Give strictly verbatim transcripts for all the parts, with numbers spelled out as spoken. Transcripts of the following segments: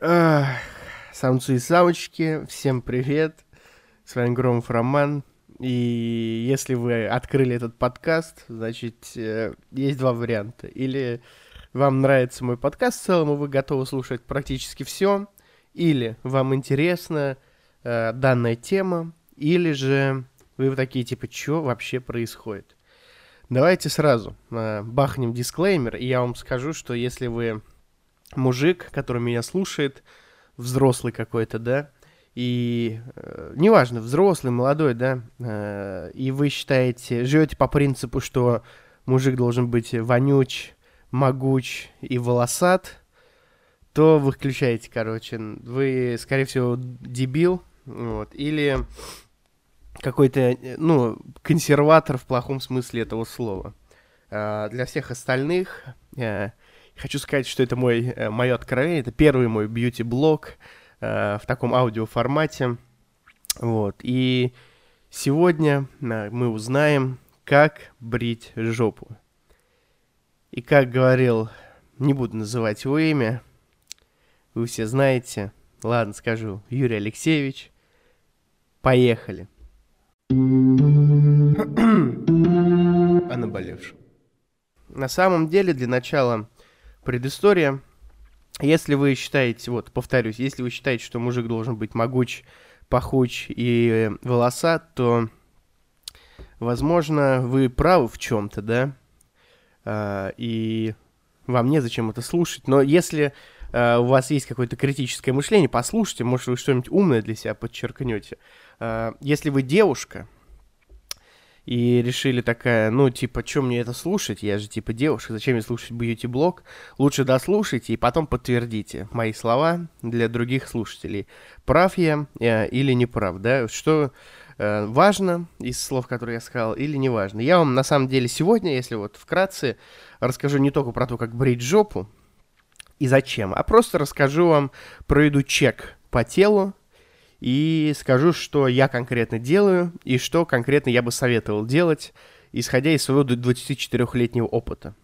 Ах, Самцы и самочки, всем привет, с вами Громов Роман, и если вы открыли этот подкаст, значит, э, есть два варианта. Или вам нравится мой подкаст в целом, и вы готовы слушать практически все, или вам интересна э, данная тема, или же вы такие, типа, что вообще происходит? Давайте сразу э, бахнем дисклеймер, и я вам скажу, что если вы мужик, который меня слушает, взрослый какой-то, да, и э, неважно, взрослый, молодой, да, э, и вы считаете, живете по принципу, что мужик должен быть вонюч, могуч и волосат, то вы включаете, короче, вы, скорее всего, дебил, вот, или какой-то, ну, консерватор в плохом смысле этого слова. А для всех остальных... Э, Хочу сказать, что это мой, э, мое откровение, это первый мой бьюти-блог э, в таком аудиоформате. Вот. И сегодня э, мы узнаем, как брить жопу. И как говорил, не буду называть его имя, вы все знаете, ладно, скажу, Юрий Алексеевич, поехали. О наболевшем. На самом деле, для начала... Предыстория. Если вы считаете, вот, повторюсь, если вы считаете, что мужик должен быть могуч, пахуч и волосат, то, возможно, вы правы в чем-то, да, а, и вам незачем это слушать. Но если а, у вас есть какое-то критическое мышление, послушайте, может, вы что-нибудь умное для себя подчеркнете. А, если вы девушка, и решили такая, ну, типа, что мне это слушать? Я же, типа, девушка, зачем мне слушать бьюти-блог? Лучше дослушайте и потом подтвердите мои слова для других слушателей. Прав я э, или не прав, да? Что э, важно из слов, которые я сказал, или не важно? Я вам, на самом деле, сегодня, если вот вкратце, расскажу не только про то, как брить жопу и зачем, а просто расскажу вам, проведу чек по телу, и скажу, что я конкретно делаю, и что конкретно я бы советовал делать, исходя из своего двадцатичетырёхлетнего опыта.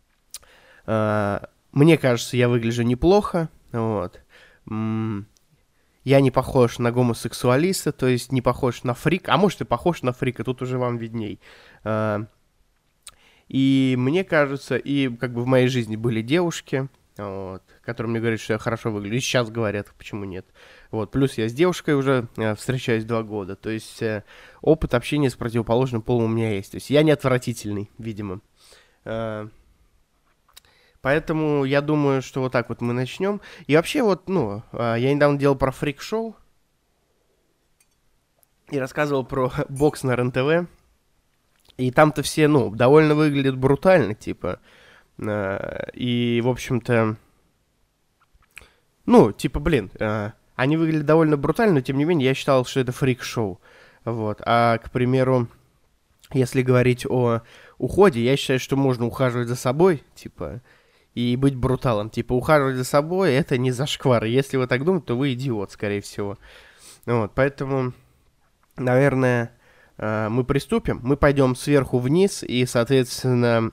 Мне кажется, я выгляжу неплохо, вот. Я не похож на гомосексуалиста, то есть не похож на фрика, а может и похож на фрика, тут уже вам видней. И мне кажется, и как бы в моей жизни были девушки, вот, которые мне говорят, что я хорошо выгляжу, и сейчас говорят, почему нет. Вот, плюс я с девушкой уже э, встречаюсь два года, то есть э, опыт общения с противоположным полом у меня есть. То есть я не отвратительный, видимо. Э, поэтому я думаю, что вот так вот мы начнем. И вообще вот, ну, э, я недавно делал про фрик-шоу и рассказывал про бокс на эр эн тэ вэ. И там-то все, ну, довольно выглядят брутально, типа. Э, и, в общем-то, ну, типа, блин... Э, Они выглядят довольно брутально, но тем не менее я считал, что это фрик-шоу. Вот. А, к примеру, если говорить о уходе, я считаю, что можно ухаживать за собой, типа, и быть бруталом. Типа, ухаживать за собой — это не зашквар. Если вы так думаете, то вы идиот, скорее всего. Вот. Поэтому, наверное, мы приступим. Мы пойдем сверху вниз, и, соответственно...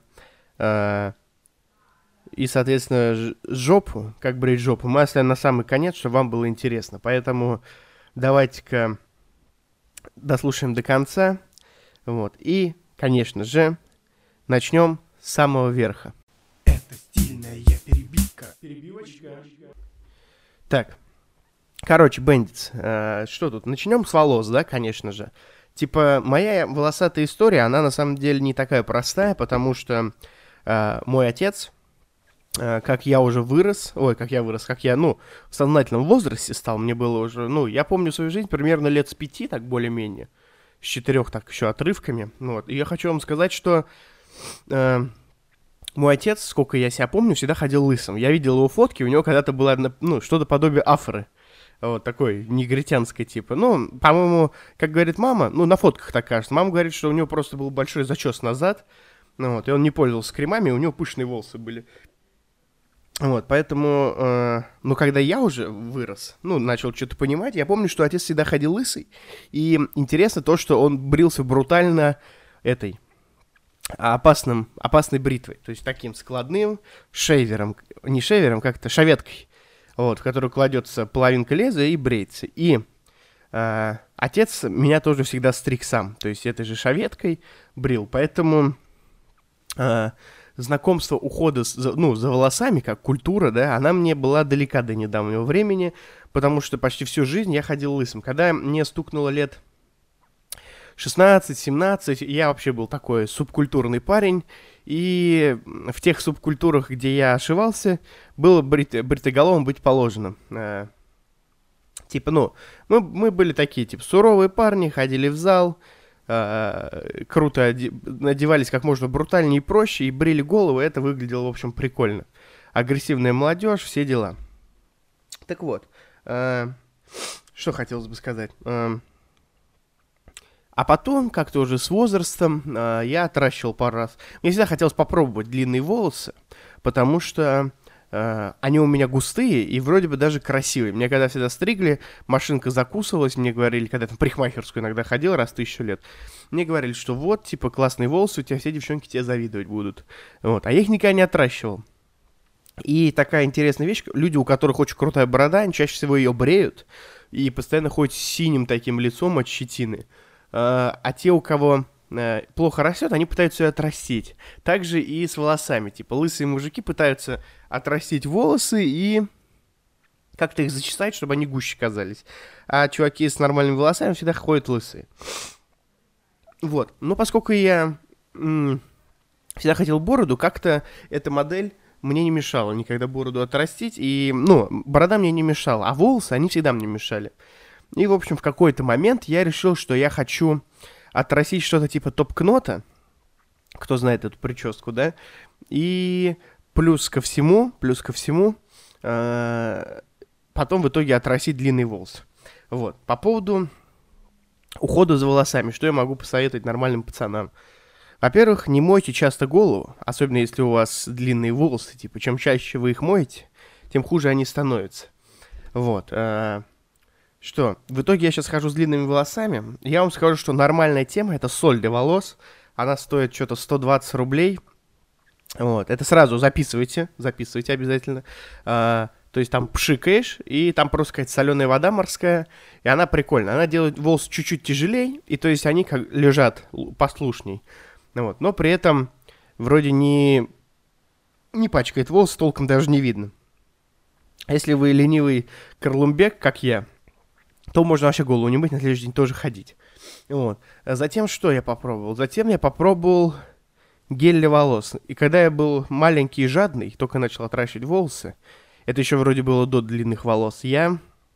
И, соответственно, жопу, как брить жопу, мы оставим на самый конец, чтобы вам было интересно. Поэтому давайте-ка дослушаем до конца. Вот. И, конечно же, начнем с самого верха. Это стильная перебивка. Перебивочка. Так. Короче, бендитс, э, что тут? Начнем с волос, да, конечно же. Типа, моя волосатая история, она на самом деле не такая простая, потому что э, мой отец... как я уже вырос, ой, как я вырос, как я, ну, в сознательном возрасте стал, мне было уже, ну, я помню свою жизнь примерно лет с пяти, так более-менее, с четырех так еще отрывками, вот, и я хочу вам сказать, что э, мой отец, сколько я себя помню, всегда ходил лысым, я видел его фотки, у него когда-то было, ну, что-то подобие афры, вот, такой, негритянской типа, ну, по-моему, как говорит мама, ну, на фотках так кажется, мама говорит, что у него просто был большой зачес назад, ну, вот, и он не пользовался кремами, у него пышные волосы были. Вот, поэтому, э, ну, когда я уже вырос, ну, начал что-то понимать, я помню, что отец всегда ходил лысый, и интересно то, что он брился брутально этой опасным, опасной бритвой, то есть таким складным шейвером, не шейвером, как-то шаветкой, вот, в которую кладется половинка лезвия и бреется. И э, отец меня тоже всегда стриг сам, то есть этой же шаветкой брил, поэтому э, знакомство ухода с, за- ну, за волосами, как культура, да, она мне была далека до недавнего времени, потому что почти всю жизнь я ходил лысым. Когда мне стукнуло лет шестнадцать-семнадцать, я вообще был такой субкультурный парень, и в тех субкультурах, где я ошивался, было брит, бритоголовым быть положено. Э, типа, ну, мы, мы были такие, типа, суровые парни, ходили в зал, э, круто оде- одевались как можно брутальнее и проще, и брили голову, и это выглядело, в общем, прикольно. Агрессивная молодежь, все дела. Так вот, э, что хотелось бы сказать. Э, А потом, как-то уже с возрастом, э, я отращивал пару раз. Мне всегда хотелось попробовать длинные волосы, потому что э, они у меня густые и вроде бы даже красивые. Мне когда всегда стригли, машинка закусывалась, мне говорили, когда я там в парикмахерскую иногда ходил раз в тысячу лет, мне говорили, что вот, типа, классные волосы, у тебя все девчонки тебе завидовать будут. Вот. А я их никогда не отращивал. И такая интересная вещь, люди, у которых очень крутая борода, они чаще всего ее бреют и постоянно ходят с синим таким лицом от щетины. А а те, у кого э, плохо растет, они пытаются ее отрастить. Также и с волосами. Типа лысые мужики пытаются отрастить волосы и как-то их зачесать, чтобы они гуще казались. А чуваки с нормальными волосами всегда ходят лысые. Вот. Но поскольку я м, всегда хотел бороду, как-то эта модель мне не мешала никогда бороду отрастить. И, ну, борода мне не мешала, а волосы, они всегда мне мешали. И, в общем, в какой-то момент я решил, что я хочу отрастить что-то типа топ-кнота. Кто знает эту прическу, да? И плюс ко всему, плюс ко всему, э, потом в итоге отрастить длинный волос. Вот. По поводу ухода за волосами, что я могу посоветовать нормальным пацанам? Во-первых, не мойте часто голову, особенно если у вас длинные волосы. Типа, чем чаще вы их моете, тем хуже они становятся. Вот. э, Что, в итоге я сейчас хожу с длинными волосами. Я вам скажу, что нормальная тема — это соль для волос. Она стоит что-то сто двадцать рублей. Вот, это сразу записывайте, записывайте обязательно. А, то есть там пшикаешь, и там просто какая-то соленая вода морская, и она прикольная. Она делает волосы чуть-чуть тяжелее, и то есть они как лежат л- послушней. Ну вот, но при этом вроде не, не пачкает волосы, толком даже не видно. А если вы ленивый Карлумбек, как я, то можно вообще голову не мыть, на следующий день тоже ходить. Вот. А затем что я попробовал? Затем я попробовал гель для волос. И когда я был маленький и жадный, только начал отращивать волосы, это еще вроде было до длинных волос, я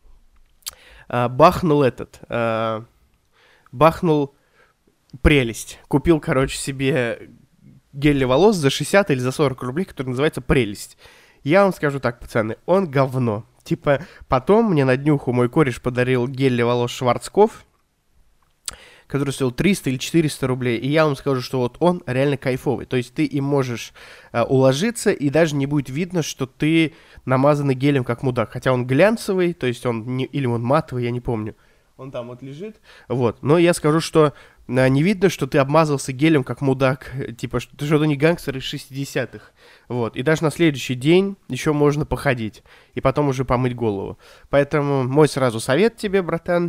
а, бахнул этот, а, бахнул прелесть. Купил, короче, себе гель для волос за шестьдесят или за сорок рублей, который называется прелесть. Я вам скажу так, пацаны, он говно. Типа, потом мне на днюху мой кореш подарил гель для волос Шварцкопф, который стоил триста или четыреста рублей, и я вам скажу, что вот он реально кайфовый. То есть ты им можешь э, уложиться, и даже не будет видно, что ты намазанный гелем как мудак. Хотя он глянцевый, то есть он не, или он матовый, я не помню. Он там вот лежит, вот. Но я скажу, что э, не видно, что ты обмазался гелем как мудак, э, типа, что ты что-то не гангстер из шестидесятых. Вот. И даже на следующий день еще можно походить, и потом уже помыть голову. Поэтому мой сразу совет тебе, братан,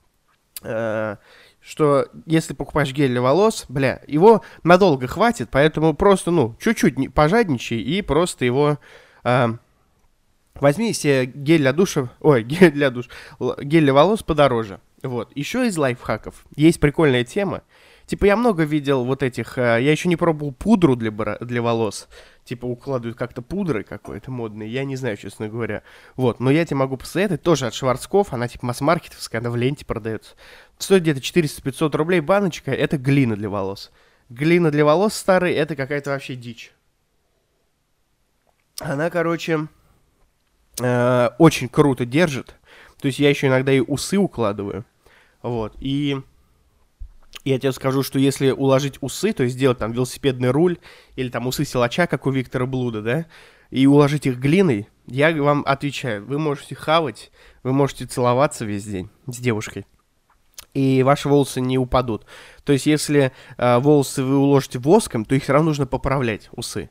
э, что если покупаешь гель для волос, бля, его надолго хватит, поэтому просто, ну, чуть-чуть не- пожадничай и просто его а, возьми себе гель для душа, ой, гель для душ, л- гель для волос подороже. Вот. Еще из лайфхаков есть прикольная тема. Типа я много видел вот этих, а, я еще не пробовал пудру для, бора- для волос. Типа укладывают как-то пудрой какой-то модной, я не знаю, честно говоря. Вот, но я тебе могу посоветовать, тоже от Шварцкопф, она типа масс-маркетовская, она в ленте продается. Стоит где-то четыреста-пятьсот рублей баночка, это глина для волос. Глина для волос старый, это какая-то вообще дичь. Она, короче, э, очень круто держит. То есть я еще иногда и усы укладываю. Вот, и я тебе скажу, что если уложить усы, то есть сделать там велосипедный руль, или там усы силача, как у Виктора Блуда, да, и уложить их глиной, я вам отвечаю, вы можете хавать, вы можете целоваться весь день с девушкой, и ваши волосы не упадут. То есть если э, волосы вы уложите воском, то их все равно нужно поправлять, усы.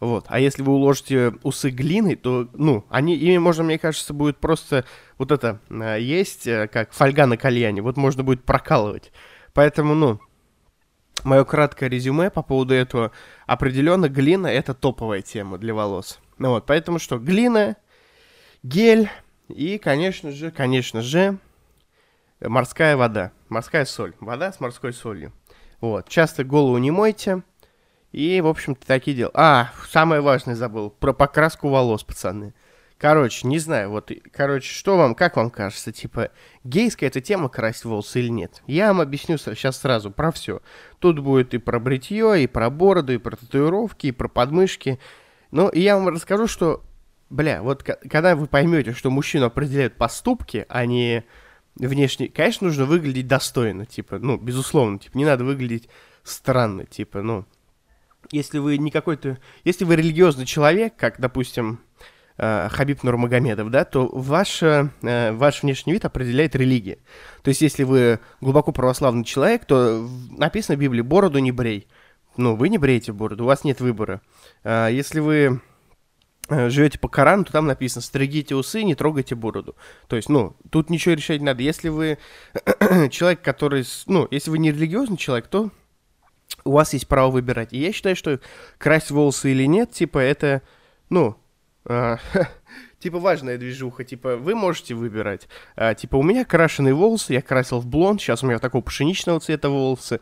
Вот. А если вы уложите усы глиной, то, ну, они, ими можно, мне кажется, будет просто вот это э, есть, э, как фольга на кальяне, вот можно будет прокалывать. Поэтому, ну, мое краткое резюме по поводу этого: определенно глина — это топовая тема для волос. Ну вот, поэтому что, глина, гель и, конечно же, конечно же, морская вода, морская соль, вода с морской солью. Вот, часто голову не мойте. И, в общем-то, такие дела. А, самое важное забыл. Про покраску волос, пацаны. Короче, не знаю, вот, короче, что вам, как вам кажется, типа, гейская эта тема — красить волосы или нет? Я вам объясню сейчас сразу про все. Тут будет и про бритье, и про бороду, и про татуировки, и про подмышки. Ну, и я вам расскажу, что, бля, вот к- когда вы поймете, что мужчину определяют поступки, а не внешне, конечно, нужно выглядеть достойно, типа, ну, безусловно, типа, не надо выглядеть странно, типа, ну, если вы не какой-то... Если вы религиозный человек, как, допустим, э, Хабиб Нурмагомедов, да, то ваш, э, ваш внешний вид определяет религия. То есть, если вы глубоко православный человек, то в- написано в Библии: «Бороду не брей». Ну, вы не бреете бороду, у вас нет выбора. А если вы э, живете по Корану, то там написано: «Стригите усы, не трогайте бороду». То есть, ну, тут ничего решать не надо. Если вы человек, который... с- Ну, если вы не религиозный человек, то у вас есть право выбирать. И я считаю, что красить волосы или нет, типа, это, ну, а, типа, важная движуха. Типа, вы можете выбирать. А, типа, у меня крашеные волосы, я красил в блонд, сейчас у меня такого пшеничного цвета волосы.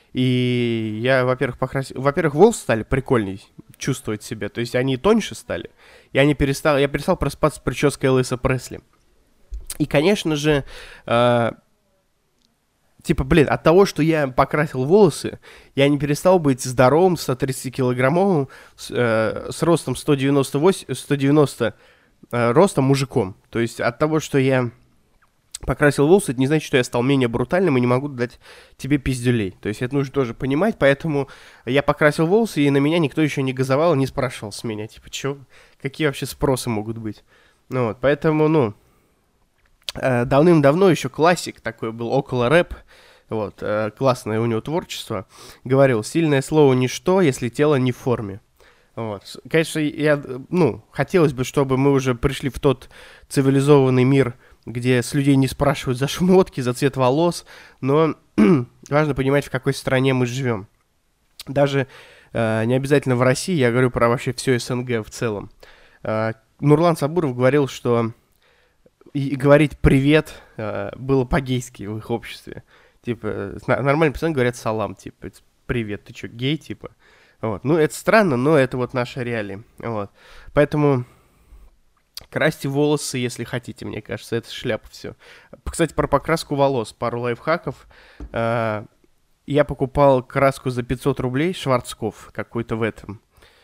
И я, во-первых, покрасил... Во-первых, волосы стали прикольней чувствовать себя. То есть они тоньше стали. Я не перестал... Я перестал проспаться с прической Элвиса Пресли. И, конечно же, а, типа, блин, от того, что я покрасил волосы, я не перестал быть здоровым, сто тридцатикилограммовым, с, э, с ростом сто девяносто восемь, сто девяносто э, ростом мужиком. То есть от того, что я покрасил волосы, это не значит, что я стал менее брутальным и не могу дать тебе пиздюлей. То есть это нужно тоже понимать, поэтому я покрасил волосы, и на меня никто еще не газовал и не спрашивал с меня, типа, чё, какие вообще спросы могут быть. Ну вот, поэтому, ну... Э, давным-давно еще классик такой был, около рэп, вот, э, классное у него творчество, говорил: «Сильное слово ничто, если тело не в форме». Вот. С- Конечно, я, э, ну, хотелось бы, чтобы мы уже пришли в тот цивилизованный мир, где с людей не спрашивают за шмотки, за цвет волос, но важно понимать, в какой стране мы живем. Даже э, не обязательно в России, я говорю про вообще все СНГ в целом. Э, Нурлан Сабуров говорил, что и говорить «привет» э, было по-гейски в их обществе. Типа, э, на- нормальные пацаны говорят «салам», типа, это «привет, ты чё, гей?» типа. Вот. Ну, это странно, но это вот наши реалии. Вот. Поэтому красьте волосы, если хотите, мне кажется, это шляпа все. Кстати, про покраску волос, пару лайфхаков. Э, Я покупал краску за пятьсот рублей, Шварцкопф, какой-то в этом,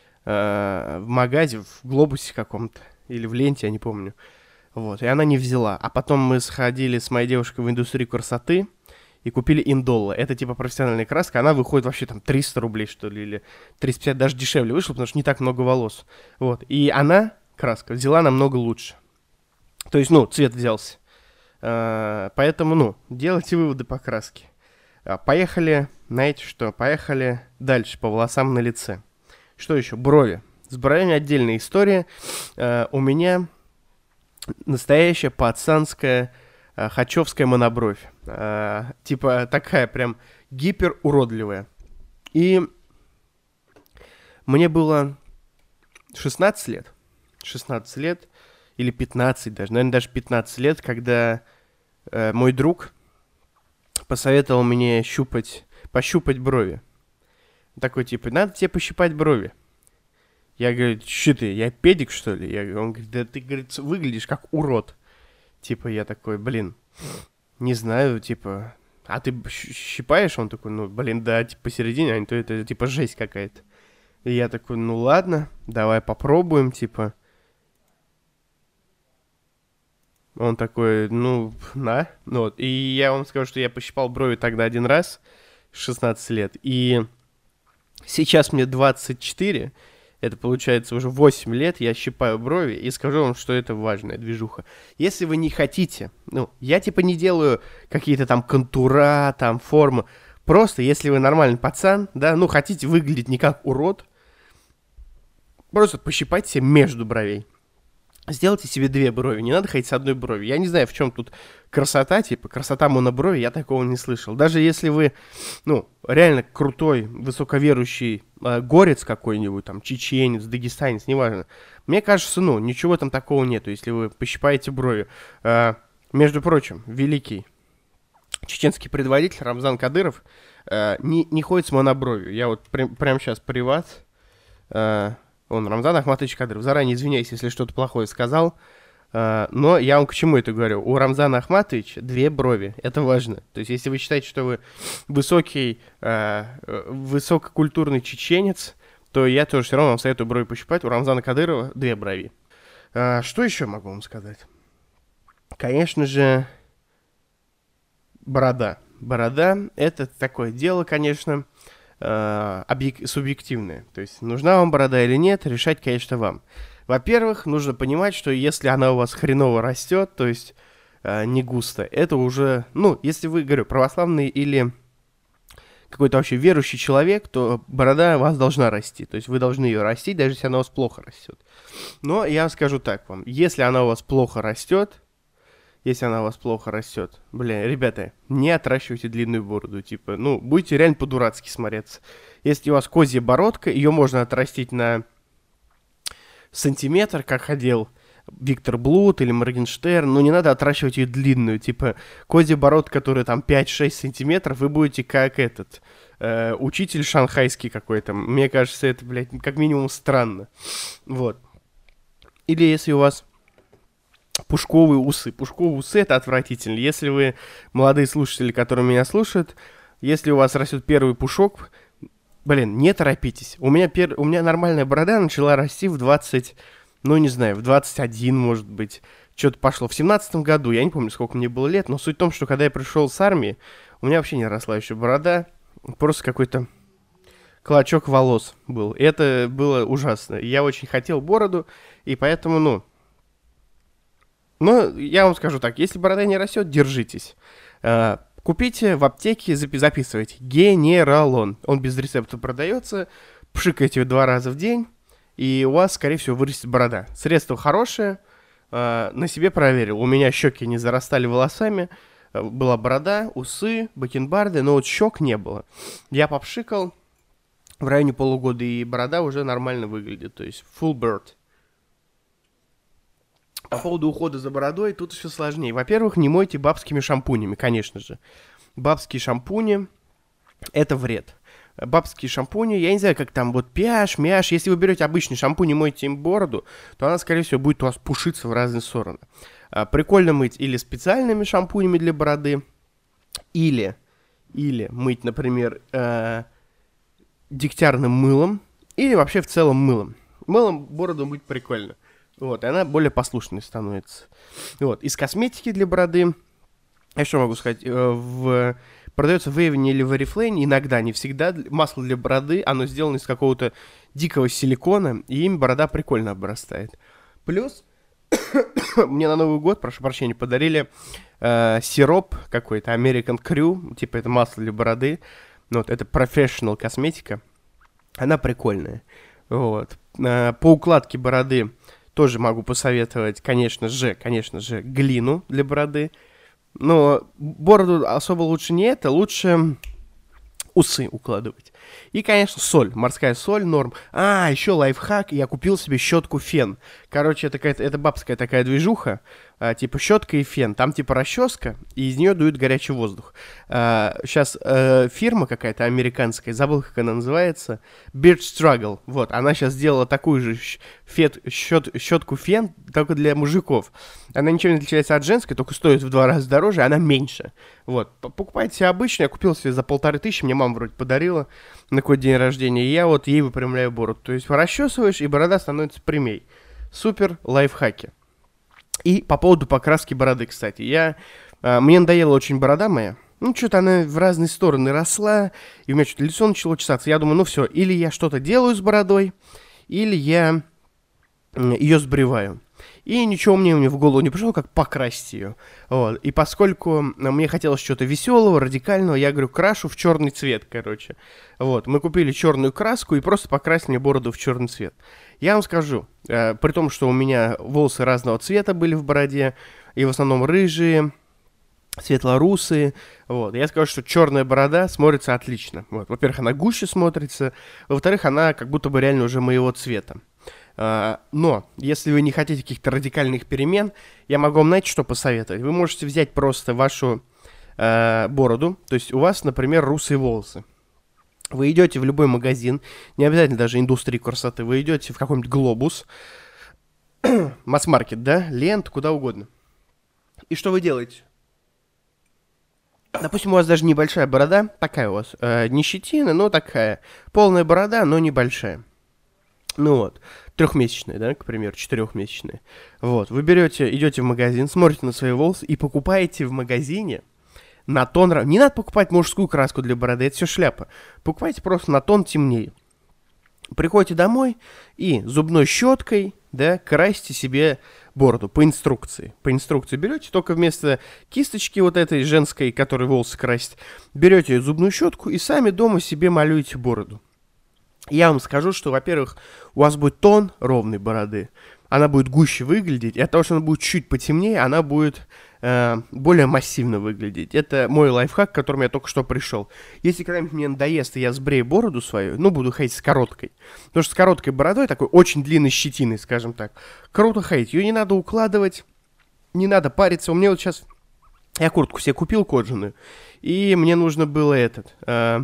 э, в магазе, в Глобусе каком-то, или в Ленте, я не помню. Вот, и она не взяла. А потом мы сходили с моей девушкой в индустрию красоты и купили Индолла. Это типа профессиональная краска, она выходит вообще там триста рублей, что ли, или триста пятьдесят, даже дешевле вышло, потому что не так много волос. Вот, и она, краска, взяла намного лучше. То есть, ну, цвет взялся. А, поэтому, ну, делайте выводы по краске. А, поехали, знаете что, поехали дальше по волосам на лице. Что еще? Брови. С бровями отдельная история. А, у меня настоящая пацанская а, хачевская монобровь. А, типа такая прям гиперуродливая. И мне было шестнадцать лет. шестнадцать лет или пятнадцать даже. Наверное, даже пятнадцать лет, когда э, мой друг посоветовал мне щупать, пощупать брови. Такой типа: надо тебе пощипать брови. Я говорю: что ты, я педик, что ли? Я, он говорит: да ты, говорит, выглядишь как урод. Типа я такой: блин, не знаю, типа, а ты щ- щипаешь? Он такой: ну, блин, да, типа посередине, а не то это типа жесть какая-то. И я такой: ну ладно, давай попробуем, типа. Он такой: ну, на. Ну, вот. И я вам скажу, что я пощипал брови тогда один раз, шестнадцать лет. И сейчас мне двадцать четыре, это получается уже восемь лет, я щипаю брови, и скажу вам, что это важная движуха. Если вы не хотите, ну, я типа не делаю какие-то там контура, там формы. Просто, если вы нормальный пацан, да, ну, хотите выглядеть не как урод, Просто пощипайте себе между бровей. Сделайте себе две брови, не надо ходить с одной бровью. Я не знаю, в чем тут красота, типа, красота моноброви, я такого не слышал. Даже если вы, ну, реально крутой, высоковерующий э, горец какой-нибудь, там, чеченец, дагестанец, неважно. Мне кажется, ну, ничего там такого нету, если вы пощипаете брови. Э, между прочим, великий чеченский предводитель Рамзан Кадыров э, не, не ходит с монобровью. Я вот прям, прямо сейчас приват... Э, Он, Рамзан Ахматович Кадыров. Заранее извиняюсь, если что-то плохое сказал. Uh, но я вам к чему это говорю? У Рамзана Ахматовича две брови. Это важно. То есть, если вы считаете, что вы высокий, uh, высококультурный чеченец, то я тоже все равно вам советую брови пощипать. У Рамзана Кадырова две брови. Uh, что еще могу вам сказать? Конечно же, борода. Борода — это такое дело, конечно, Uh, объек- субъективная. То есть, нужна вам борода или нет, решать, конечно, вам. Во-первых, нужно понимать, что если она у вас хреново растет, то есть uh, не густо, это уже, ну, если вы, говорю, православный или какой-то вообще верующий человек, то борода у вас должна расти. То есть вы должны ее растить, даже если она у вас плохо растет. Но я скажу так вам, если она у вас плохо растет, Если она у вас плохо растет. Блин, ребята, не отращивайте длинную бороду. Типа, ну, будете реально по-дурацки смотреться. Если у вас козья бородка, ее можно отрастить на сантиметр, как ходил Виктор Блуд или Моргенштерн. Но не надо отращивать ее длинную. Типа, козья бородка, которая там пять-шесть сантиметров, вы будете как этот... Э, учитель шанхайский какой-то. Мне кажется, это, блядь, как минимум странно. Вот. Или если у вас... Пушковые усы. Пушковые усы — это отвратительно. Если вы, молодые слушатели, которые меня слушают, если у вас растет первый пушок, блин, не торопитесь. У меня, пер... у меня нормальная борода начала расти в двадцать, ну не знаю, в двадцать один, может быть. Что-то пошло. В семнадцатом году, я не помню, сколько мне было лет, но суть в том, что когда я пришел с армии, у меня вообще не росла еще борода. Просто какой-то клочок волос был. И это было ужасно. Я очень хотел бороду, и поэтому, ну... Но я вам скажу так, если борода не растет, держитесь. Uh, купите в аптеке, запи- записывайте. Генералон. Он без рецепта продается. Пшикайте два раза в день, и у вас, скорее всего, вырастет борода. Средство хорошее. Uh, на себе проверил. У меня щеки не зарастали волосами. Uh, была борода, усы, бакенбарды, но вот щек не было. Я попшикал в районе полугода, и борода уже нормально выглядит. То есть full bird. По поводу ухода за бородой, тут все сложнее. Во-первых, не мойте бабскими шампунями, конечно же. Бабские шампуни – это вред. Бабские шампуни, я не знаю, как там, вот пяш, мяш. Если вы берете обычный шампунь и моете им бороду, то она, скорее всего, будет у вас пушиться в разные стороны. А, прикольно мыть или специальными шампунями для бороды, или, или мыть, например, э, дегтярным мылом, или вообще в целом мылом. Мылом бороду мыть прикольно. Вот, и она более послушной становится. Вот, из косметики для бороды, я что могу сказать, в... продается в Avon или в Oriflame, иногда, не всегда, масло для бороды, оно сделано из какого-то дикого силикона, и им борода прикольно обрастает. Плюс, мне на Новый год, прошу прощения, подарили э, сироп какой-то, American Crew, типа это масло для бороды, вот, это professional косметика, она прикольная. Вот, э, по укладке бороды тоже могу посоветовать, конечно же, конечно же, глину для бороды. Но бороду особо лучше не это, лучше усы укладывать. И, конечно, соль, морская соль, норм. А, еще лайфхак, я купил себе щетку фен. Короче, это, какая-то, это бабская такая движуха, а, типа щетка и фен. Там типа расческа, и из нее дует горячий воздух. А, сейчас а, фирма какая-то американская, забыл, как она называется, Beard Struggle. Вот, она сейчас сделала такую же фет, щет, щетку фен, только для мужиков. Она ничем не отличается от женской, только стоит в два раза дороже, она меньше. Вот, покупайте себе обычную, я купил себе за полторы тысячи, мне мама вроде подарила на какой день рождения, и я вот ей выпрямляю бороду. То есть расчесываешь, и борода становится прямей. Супер лайфхаки. И по поводу покраски бороды, кстати. Я, а, мне надоела очень борода моя. Ну, что-то она в разные стороны росла, и у меня что-то лицо начало чесаться. Я думаю, ну все, или я что-то делаю с бородой, или я ее сбриваю. И ничего мне, мне в голову не пришло, как покрасить ее. Вот. И поскольку мне хотелось чего-то веселого, радикального, я говорю, крашу в черный цвет, короче. Вот. Мы купили черную краску и просто покрасили мне бороду в черный цвет. Я вам скажу, э, при том, что у меня волосы разного цвета были в бороде, и в основном рыжие, светлорусые, вот, я скажу, что черная борода смотрится отлично. Вот. Во-первых, она гуще смотрится, во-вторых, она как будто бы реально уже моего цвета. Но, если вы не хотите каких-то радикальных перемен, я могу вам, знаете, что посоветовать? Вы можете взять просто вашу э, бороду, то есть у вас, например, русые волосы. Вы идете в любой магазин, не обязательно даже индустрии красоты, вы идете в какой-нибудь Глобус, масс-маркет, да, Лент, куда угодно. И что вы делаете? Допустим, у вас даже небольшая борода, такая у вас, э, не щетина, но такая, полная борода, но небольшая. Ну вот, трехмесячная, да, к примеру, четырехмесячная. Вот, вы берете, идете в магазин, смотрите на свои волосы и покупаете в магазине на тон... Не надо покупать мужскую краску для бороды, это все шляпа. Покупайте просто на тон темнее. Приходите домой и зубной щеткой, да, красите себе бороду по инструкции. По инструкции берете, только вместо кисточки вот этой женской, которой волосы красить, берете зубную щетку и сами дома себе малюете бороду. Я вам скажу, что, во-первых, у вас будет тон ровной бороды, она будет гуще выглядеть, и от того, что она будет чуть потемнее, она будет э, более массивно выглядеть. Это мой лайфхак, к которому я только что пришел. Если когда-нибудь мне надоест, и я сбрею бороду свою, ну, буду ходить с короткой, потому что с короткой бородой, такой очень длинной щетиной, скажем так, круто ходить, ее не надо укладывать, не надо париться. У меня вот сейчас, я куртку себе купил кожаную, и мне нужно было этот... Э,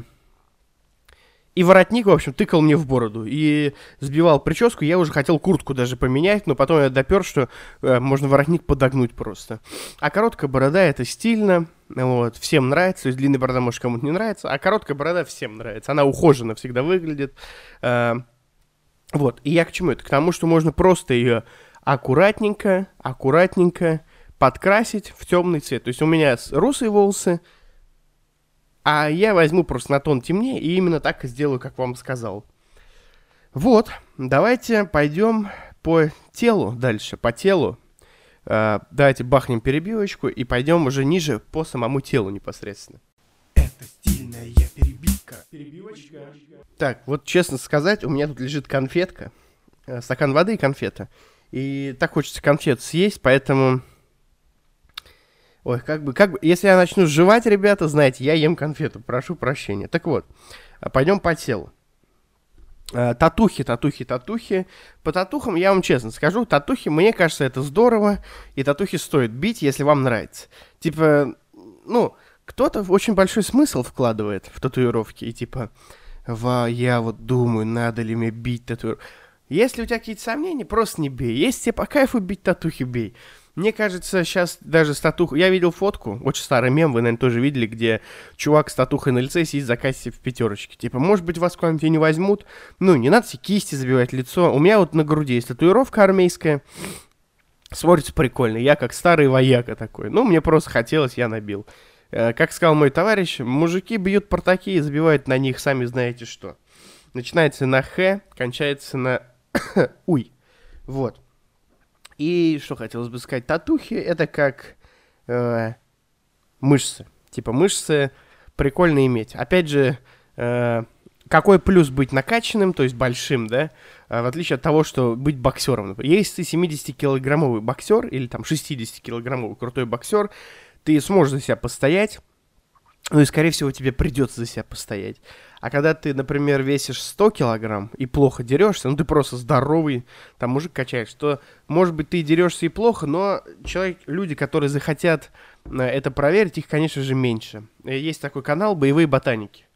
И воротник, в общем, тыкал мне в бороду и сбивал прическу. Я уже хотел куртку даже поменять, но потом я допер, что э, можно воротник подогнуть просто. А короткая борода — это стильно, вот, всем нравится. То есть длинная борода, может, кому-то не нравится, а короткая борода всем нравится. Она ухоженно всегда выглядит. Э, вот, и я к чему это? К тому, что можно просто ее аккуратненько, аккуратненько подкрасить в темный цвет. То есть у меня русые волосы, а я возьму просто на тон темнее и именно так и сделаю, как вам сказал. Вот, давайте пойдем по телу дальше, по телу. Uh, давайте бахнем перебивочку и пойдем уже ниже по самому телу непосредственно. Это стильная перебивка. Перебивочка. Так, вот честно сказать, у меня тут лежит конфетка, uh, стакан воды и конфета. И так хочется конфет съесть, поэтому... Ой, как бы, как бы, если я начну жевать, ребята, знаете, я ем конфету, прошу прощения. Так вот, пойдем по телу. Татухи, татухи, татухи. По татухам я вам честно скажу, татухи, мне кажется, это здорово, и татухи стоит бить, если вам нравится. Типа, ну, кто-то очень большой смысл вкладывает в татуировки, и типа, ва, я вот думаю, надо ли мне бить татуировки. Если у тебя какие-то сомнения, просто не бей. Если тебе по кайфу бить татухи, бей. Мне кажется, сейчас даже с татухой... Я видел фотку, очень старый мем, вы, наверное, тоже видели, где чувак с татухой на лице сидит за кассой в пятерочке. Типа, может быть, вас куда-нибудь и не возьмут. Ну, не надо все кисти забивать лицо. У меня вот на груди есть татуировка армейская. Смотрится прикольно. Я как старый вояка такой. Ну, мне просто хотелось, я набил. Как сказал мой товарищ, мужики бьют портаки и забивают на них сами знаете что. Начинается на «х», кончается на «уй». Вот. И что хотелось бы сказать, татухи — это как э, мышцы. Типа мышцы прикольно иметь. Опять же, э, какой плюс быть накачанным, то есть большим, да, э, в отличие от того, что быть боксером. Например. Если ты семидесятикилограммовый боксер или там шестидесятикилограммовый крутой боксер, ты сможешь за себя постоять, ну и, скорее всего, тебе придется за себя постоять. А когда ты, например, весишь сто килограмм и плохо дерешься, ну ты просто здоровый, там мужик качаешь, то, может быть, ты дерешься и плохо, но человек, люди, которые захотят это проверить, их, конечно же, меньше. Есть такой канал «Боевые ботаники».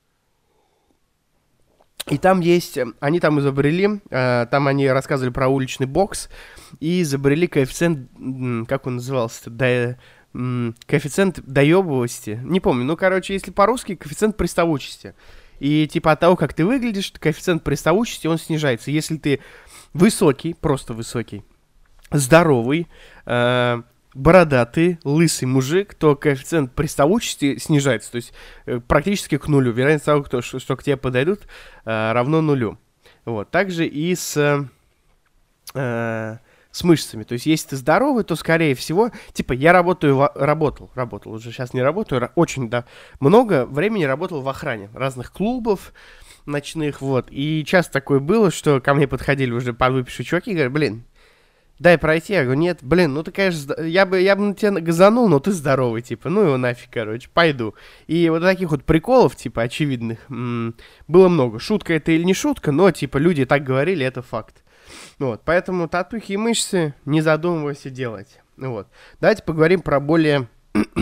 И там есть, они там изобрели, там они рассказывали про уличный бокс и изобрели коэффициент, как он назывался-то, да... коэффициент доебывости, не помню, ну, короче, если по-русски, коэффициент приставучести. И типа от того, как ты выглядишь, коэффициент приставучести, он снижается. Если ты высокий, просто высокий, здоровый, э, бородатый, лысый мужик, то коэффициент приставучести снижается. То есть э, практически к нулю. Вероятность того, кто, что, что к тебе подойдут, э, равно нулю. Вот. Также и с... э, с мышцами. То есть, если ты здоровый, то, скорее всего, типа, я работаю, в, работал, работал, уже сейчас не работаю, ра- очень, да, много времени работал в охране разных клубов ночных, вот. И часто такое было, что ко мне подходили уже подвыпившие чуваки и говорят, блин, дай пройти. Я говорю, нет, блин, ну ты, конечно, я бы, я бы на тебя газанул, но ты здоровый, типа, ну его нафиг, короче, пойду. И вот таких вот приколов, типа, очевидных, м- было много. Шутка это или не шутка, но, типа, люди так говорили, это факт. Вот, поэтому татухи и мышцы, не задумываясь, делать. Вот. Давайте поговорим про более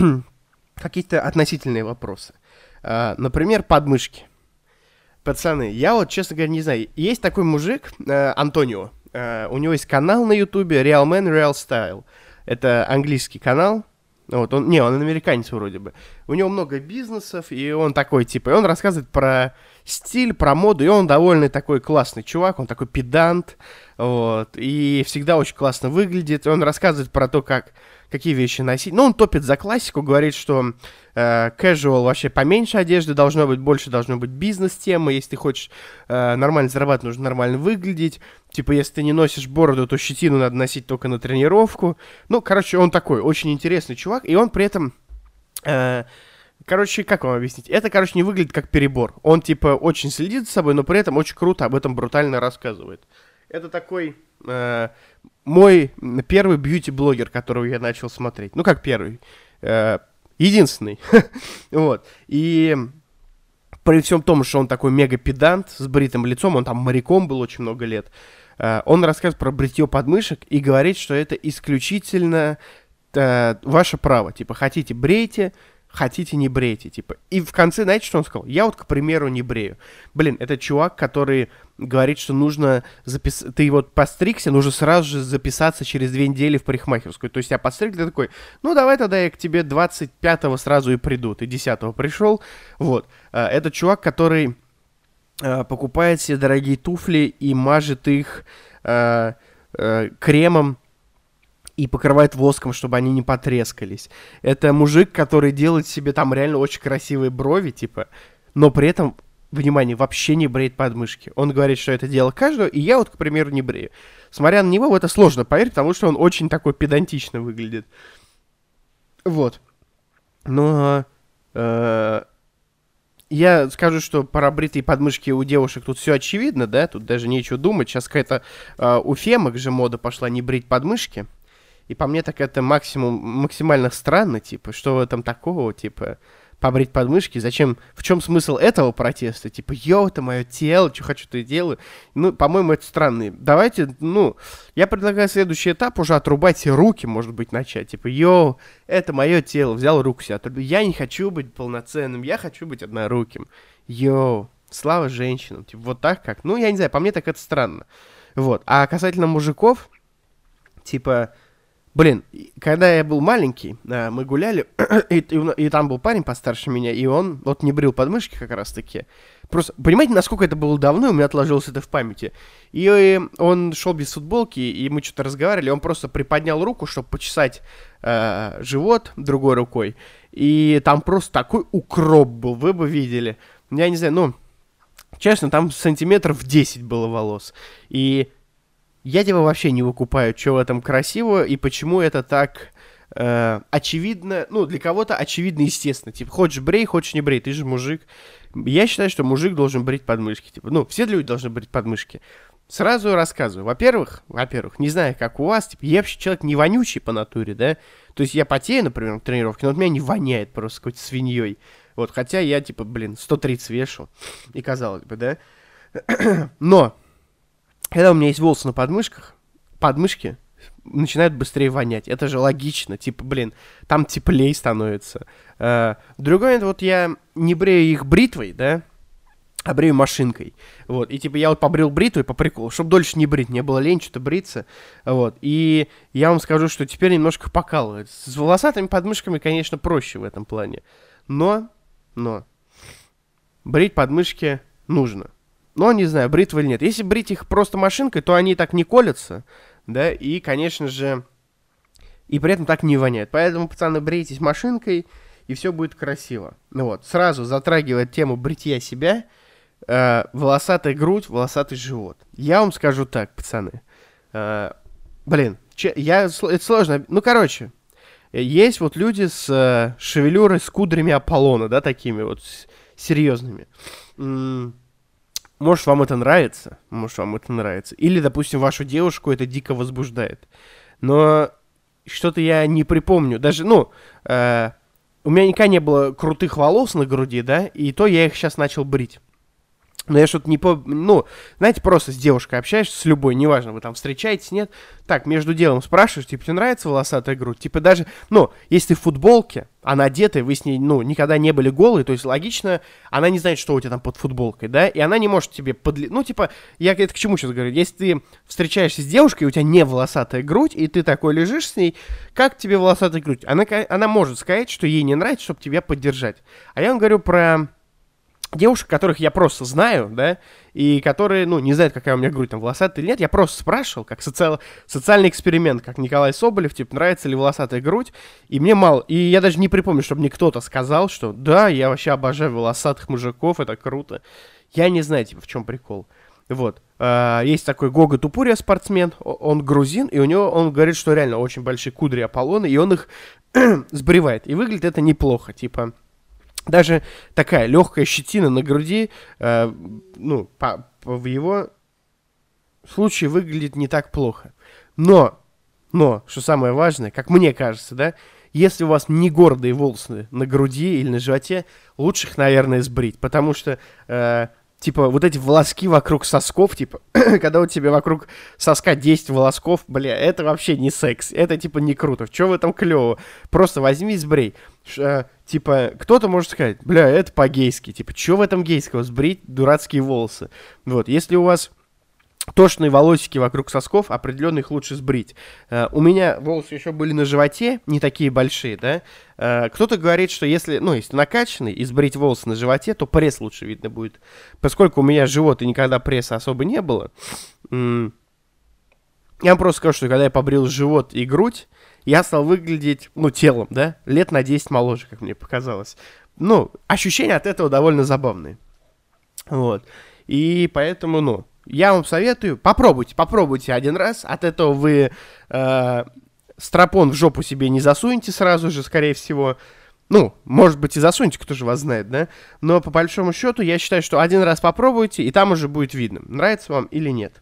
какие-то относительные вопросы. А, например, подмышки. Пацаны, я вот, честно говоря, не знаю. Есть такой мужик, э, Антонио. Э, у него есть канал на ютубе Real Man, Real Style. Это английский канал. Вот, он, не, он американец вроде бы. У него много бизнесов, и он такой, типа, и он рассказывает про стиль, про моду, и он довольно такой классный чувак, он такой педант, вот, и всегда очень классно выглядит. И он рассказывает про то, как, какие вещи носить. Ну, он топит за классику, говорит, что э, casual вообще поменьше одежды должно быть, больше должно быть бизнес-темы. Если ты хочешь э, нормально зарабатывать, нужно нормально выглядеть. Типа, если ты не носишь бороду, то щетину надо носить только на тренировку. Ну, короче, он такой очень интересный чувак, и он при этом... Э, короче, как вам объяснить? Это, короче, не выглядит как перебор. Он, типа, очень следит за собой, но при этом очень круто об этом брутально рассказывает. Это такой... Э, мой первый бьюти-блогер, которого я начал смотреть. Ну, как первый. Э, единственный. Вот. И при всем том, что он такой мега-педант с бритым лицом, он там моряком был очень много лет, э, он рассказывает про бритье подмышек и говорит, что это исключительно э, ваше право. Типа, хотите брейте, хотите не брейте. Типа. И в конце, знаете, что он сказал? Я вот, к примеру, не брею. Блин, это чувак, который говорит, что нужно записать... Ты вот постригся, нужно сразу же записаться через две недели в парикмахерскую. То есть я подстриг, ты такой, ну давай тогда я к тебе двадцать пятого сразу и приду. Ты десятого пришел. Вот. Это чувак, который покупает себе дорогие туфли и мажет их э, э, кремом и покрывает воском, чтобы они не потрескались. Это мужик, который делает себе там реально очень красивые брови, типа, но при этом, внимание, вообще не бреет подмышки. Он говорит, что это дело каждого, и я вот, к примеру, не брею. Смотря на него, в это сложно поверить, потому что он очень такой педантично выглядит. Вот. Но... Э- Я скажу, что про бритые подмышки у девушек тут все очевидно, да, тут даже нечего думать. Сейчас какая-то э, у фемок же мода пошла не брить подмышки. И по мне так это максимум, максимально странно, типа, что в этом такого, типа, побрить подмышки, зачем, в чем смысл этого протеста? Типа, йоу, это мое тело, что хочу, то и делаю. Ну, по-моему, это странно. Давайте, ну, я предлагаю следующий этап уже отрубать себе руки, может быть, начать. Типа, йоу, это мое тело, взял руку себе отрубил. Я не хочу быть полноценным, я хочу быть одноруким. Йоу, слава женщинам. Типа, вот так как? Ну, я не знаю, по мне так это странно. Вот. А касательно мужиков, типа... Блин, когда я был маленький, мы гуляли, и, и, и там был парень постарше меня, и он вот не брил подмышки как раз-таки. Просто, понимаете, насколько это было давно, у меня отложилось это в памяти. И он шел без футболки, и мы что-то разговаривали, он просто приподнял руку, чтобы почесать э, живот другой рукой. И там просто такой укроп был, вы бы видели. Я не знаю, ну, честно, там сантиметров десять было волос. И... Я тебя вообще не выкупаю, что в этом красиво и почему это так э, очевидно, ну, для кого-то очевидно, естественно. Типа, хочешь брей, хочешь не брей, ты же мужик. Я считаю, что мужик должен брить подмышки. Типа, ну, все люди должны брить подмышки. Сразу рассказываю. Во-первых, во-первых, не знаю, как у вас, типа, я вообще человек не вонючий по натуре, да? То есть я потею, например, в тренировке, но от меня не воняет просто какой-то свиньей. Вот, хотя я, типа, блин, сто тридцать вешу, и казалось бы, да? Но... Когда у меня есть волосы на подмышках, подмышки начинают быстрее вонять. Это же логично. Типа, блин, там теплее становится. Uh, другой момент, вот я не брею их бритвой, да, а брею машинкой. Вот. И типа я вот побрил бритвой по приколу, чтобы дольше не брить. Мне было лень что-то бриться. Вот. И я вам скажу, что теперь немножко покалывает. С волосатыми подмышками, конечно, проще в этом плане. Но, но, брить подмышки нужно. Но, не знаю, бритва или нет. Если брить их просто машинкой, то они так не колятся, да, и, конечно же, и при этом так не воняют. Поэтому, пацаны, брейтесь машинкой, и все будет красиво. Ну вот, сразу затрагивая тему бритья себя, э, волосатая грудь, волосатый живот. Я вам скажу так, пацаны, Э, блин, че, я, это сложно. Ну, короче, есть вот люди с э, шевелюрой, с кудрями Аполлона, да, такими вот с, серьезными. М- может, вам это нравится? Может, вам это нравится. Или, допустим, вашу девушку это дико возбуждает. Но что-то я не припомню. Даже, ну, э, у меня никогда не было крутых волос на груди, да, и то я их сейчас начал брить. Но я что-то не помню, ну, знаете, просто с девушкой общаешься, с любой, неважно, вы там встречаетесь, нет, так, между делом спрашиваешь, типа, тебе нравится волосатая грудь? Типа даже, ну, если ты в футболке, она одетая, вы с ней, ну, никогда не были голые, то есть логично, она не знает, что у тебя там под футболкой, да, и она не может тебе подли... Ну, типа, я это к чему сейчас говорю? Если ты встречаешься с девушкой, и у тебя не волосатая грудь, и ты такой лежишь с ней, как тебе волосатая грудь? Она, она может сказать, что ей не нравится, чтобы тебя поддержать. А я вам говорю про... девушек, которых я просто знаю, да, и которые, ну, не знают, какая у меня грудь, там, волосатая или нет, я просто спрашивал, как социал... социальный эксперимент, как Николай Соболев, типа, нравится ли волосатая грудь, и мне мало, и я даже не припомню, чтобы мне кто-то сказал, что, да, я вообще обожаю волосатых мужиков, это круто. Я не знаю, типа, в чем прикол. Вот. А, есть такой Гога Тупурия, спортсмен, он грузин, и у него, он говорит, что реально очень большие кудри Аполлона, и он их сбривает, и выглядит это неплохо, типа... Даже такая легкая щетина на груди, э, ну, по, по, в его случае выглядит не так плохо. Но, но, что самое важное, как мне кажется, да, если у вас не гордые волосы на груди или на животе, лучше их, наверное, сбрить, потому что... Э, Типа, вот эти волоски вокруг сосков, типа, когда у тебя вокруг соска десять волосков, бля, это вообще не секс, это, типа, не круто. Чё в этом клёво? Просто возьми и сбрей. Ш, а, типа, кто-то может сказать, бля, это по-гейски. Типа, чё в этом гейского? Сбрить дурацкие волосы. Вот, если у вас тошные волосики вокруг сосков, определенно их лучше сбрить. Uh, у меня волосы еще были на животе, не такие большие, да. Uh, кто-то говорит, что если, ну, если накачанный и сбрить волосы на животе, то пресс лучше видно будет. Поскольку у меня живот и никогда пресса особо не было, м- я вам просто скажу, что когда я побрил живот и грудь, я стал выглядеть, ну, телом, да, лет на десять моложе, как мне показалось. Ну, ощущения от этого довольно забавные. Вот. И поэтому, ну, я вам советую, попробуйте, попробуйте один раз. От этого вы э, стропон в жопу себе не засунете сразу же, скорее всего. Ну, может быть и засунете, кто же вас знает, да? Но по большому счету я считаю, что один раз попробуйте, и там уже будет видно, нравится вам или нет.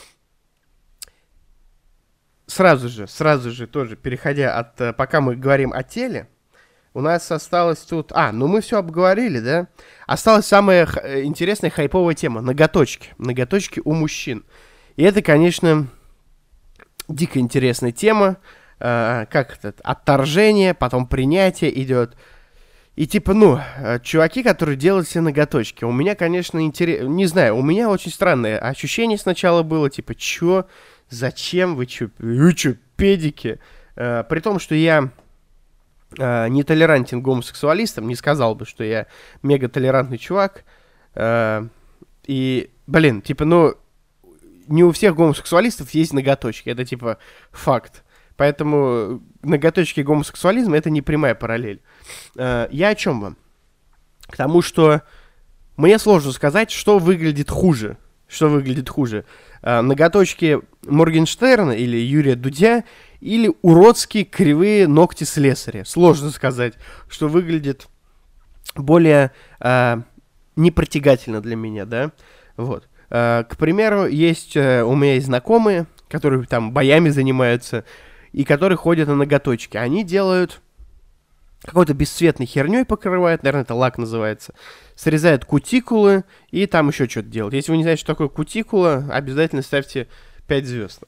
Сразу же, сразу же тоже, переходя от... Пока мы говорим о теле, у нас осталось тут... А, ну мы все обговорили, да? Осталась самая х... интересная хайповая тема. Ноготочки. Ноготочки у мужчин. И это, конечно, дико интересная тема. Э, как это? Отторжение, потом принятие идет. И типа, ну, чуваки, которые делают себе ноготочки. У меня, конечно, интересно... Не знаю, у меня очень странное ощущение сначала было. Типа, чё? Зачем? Вы чё? Вы чё, педики? Э, при том, что я... Uh, не толерантен к гомосексуалистам, не сказал бы, что я мега толерантный чувак. Uh, и, блин, типа, ну, не у всех гомосексуалистов есть ноготочки, это, типа, факт. Поэтому ноготочки и гомосексуализм — это не прямая параллель. Uh, я о чем вам? К тому, что мне сложно сказать, что выглядит хуже. Что выглядит хуже. Uh, ноготочки Моргенштерна или Юрия Дудя или уродские кривые ногти слесаря. Сложно сказать, что выглядит более uh, непритягательно для меня, да. Вот. Uh, к примеру, есть uh, у меня есть знакомые, которые там боями занимаются и которые ходят на ноготочки. Они делают какой-то бесцветной херней покрывают, наверное, это лак называется, срезают кутикулы и там еще что-то делают. Если вы не знаете, что такое кутикула, обязательно ставьте пять звезд.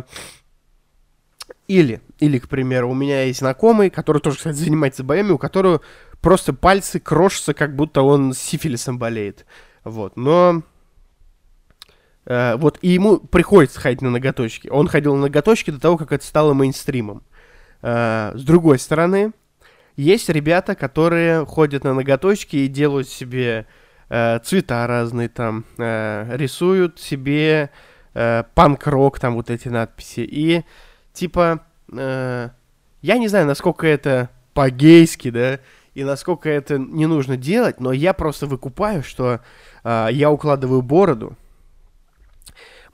Или, или, к примеру, у меня есть знакомый, который тоже, кстати, занимается боями, у которого просто пальцы крошатся, как будто он сифилисом болеет. Вот, но... Вот, и ему приходится ходить на ноготочки. Он ходил на ноготочки до того, как это стало мейнстримом. С другой стороны... Есть ребята, которые ходят на ноготочки и делают себе э, цвета разные там, э, рисуют себе э, панк-рок, там вот эти надписи. И типа, э, я не знаю, насколько это по-гейски, да, и насколько это не нужно делать, но я просто выкупаю, что э, я укладываю бороду.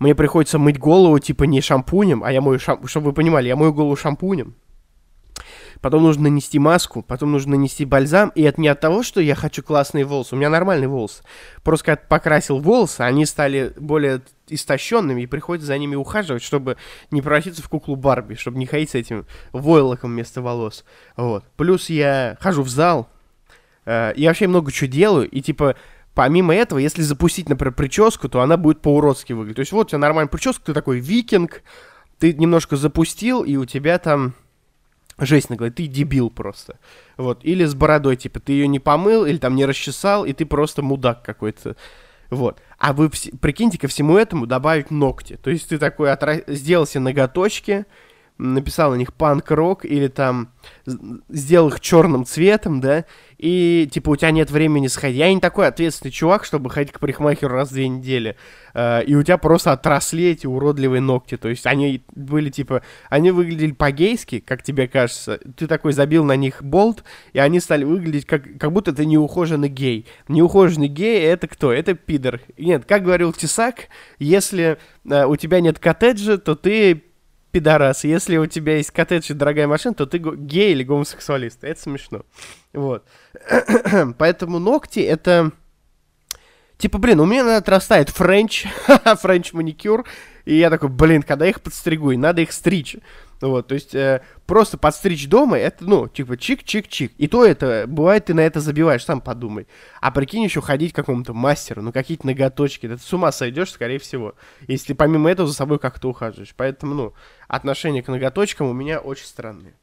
мне приходится мыть голову, типа, не шампунем, а я мою, шам... чтобы вы понимали, я мою голову шампунем. Потом нужно нанести маску, потом нужно нанести бальзам, и это не от того, что я хочу классные волосы, у меня нормальный волос. Просто когда покрасил волосы, они стали более истощенными, и приходится за ними ухаживать, чтобы не превратиться в куклу Барби, чтобы не ходить с этим войлоком вместо волос. Вот. Плюс я хожу в зал, э, я вообще много чего делаю, и типа... Помимо этого, если запустить, например, прическу, то она будет по-уродски выглядеть. То есть вот у тебя нормальная прическа, ты такой викинг, ты немножко запустил, и у тебя там жесть на голове, ты дебил просто. Вот. Или с бородой, типа, ты ее не помыл, или там не расчесал, и ты просто мудак какой-то. Вот. А вы, вс... прикиньте, ко всему этому добавить ногти. То есть ты такой отра... сделал себе ноготочки, написал на них панк-рок, или там сделал их черным цветом, да, и, типа, у тебя нет времени сходить. Я не такой ответственный чувак, чтобы ходить к парикмахеру раз в две недели, э, и у тебя просто отросли эти уродливые ногти, то есть они были, типа, они выглядели по-гейски, как тебе кажется, ты такой забил на них болт, и они стали выглядеть, как, как будто ты неухоженный гей. Неухоженный гей — это кто? Это пидор. Нет, как говорил Тесак, если э, у тебя нет коттеджа, то ты пидорас. Если у тебя есть коттедж и дорогая машина, то ты гей или гомосексуалист. Это смешно. Вот. Поэтому ногти — это... Типа, блин, у меня отрастает френч, френч маникюр, и я такой, блин, когда их подстригу, и надо их стричь. Вот, то есть, э, просто подстричь дома, это, ну, типа, чик-чик-чик. И то это, бывает, ты на это забиваешь, сам подумай. А прикинь, еще ходить к какому-то мастеру, ну, какие-то ноготочки, да ты с ума сойдешь, скорее всего. Если помимо этого за собой как-то ухаживаешь. Поэтому, ну, отношение к ноготочкам у меня очень странное.